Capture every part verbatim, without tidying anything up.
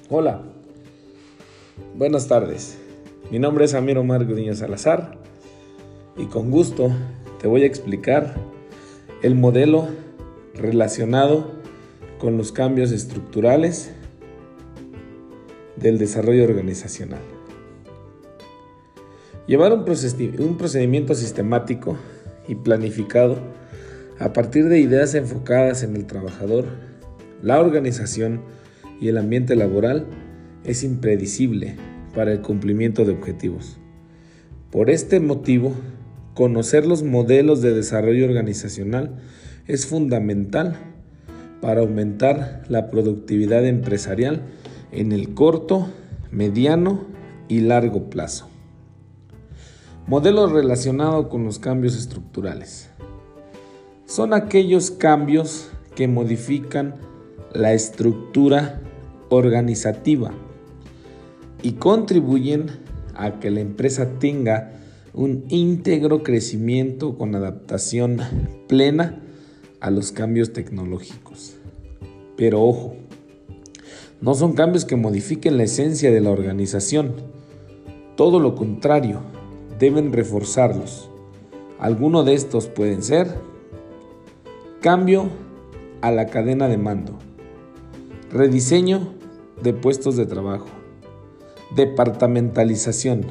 Hola, buenas tardes. Mi nombre es Amir Omar Gudiño Salazar y con gusto te voy a explicar el modelo relacionado con los cambios estructurales del desarrollo organizacional. Llevar un procedimiento sistemático y planificado a partir de ideas enfocadas en el trabajador, la organización y el ambiente laboral es impredecible para el cumplimiento de objetivos. Por este motivo, conocer los modelos de desarrollo organizacional es fundamental para aumentar la productividad empresarial en el corto, mediano y largo plazo. Modelos relacionados con los cambios estructurales. Son aquellos cambios que modifican la estructura organizativa y contribuyen a que la empresa tenga un íntegro crecimiento con adaptación plena a los cambios tecnológicos. Pero ojo, no son cambios que modifiquen la esencia de la organización. Todo lo contrario, deben reforzarlos. Algunos de estos pueden ser: cambio a la cadena de mando, rediseño de puestos de trabajo, departamentalización,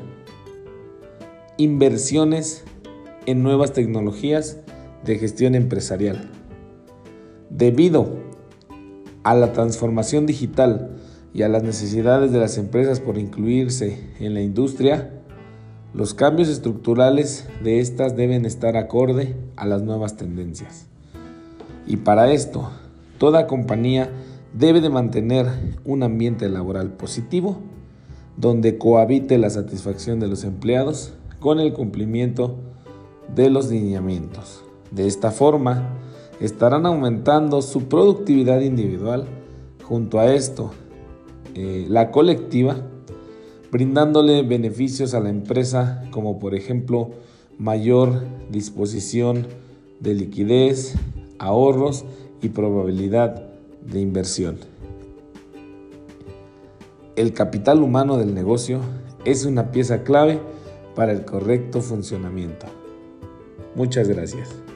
inversiones en nuevas tecnologías de gestión empresarial. Debido a la transformación digital y a las necesidades de las empresas por incluirse en la industria, los cambios estructurales de estas deben estar acorde a las nuevas tendencias. Y para esto, toda compañía debe de mantener un ambiente laboral positivo, donde cohabite la satisfacción de los empleados con el cumplimiento de los lineamientos. De esta forma, estarán aumentando su productividad individual, junto a esto, eh, la colectiva, brindándole beneficios a la empresa, como por ejemplo, mayor disposición de liquidez, ahorros y probabilidad de inversión. El capital humano del negocio es una pieza clave para el correcto funcionamiento. Muchas gracias.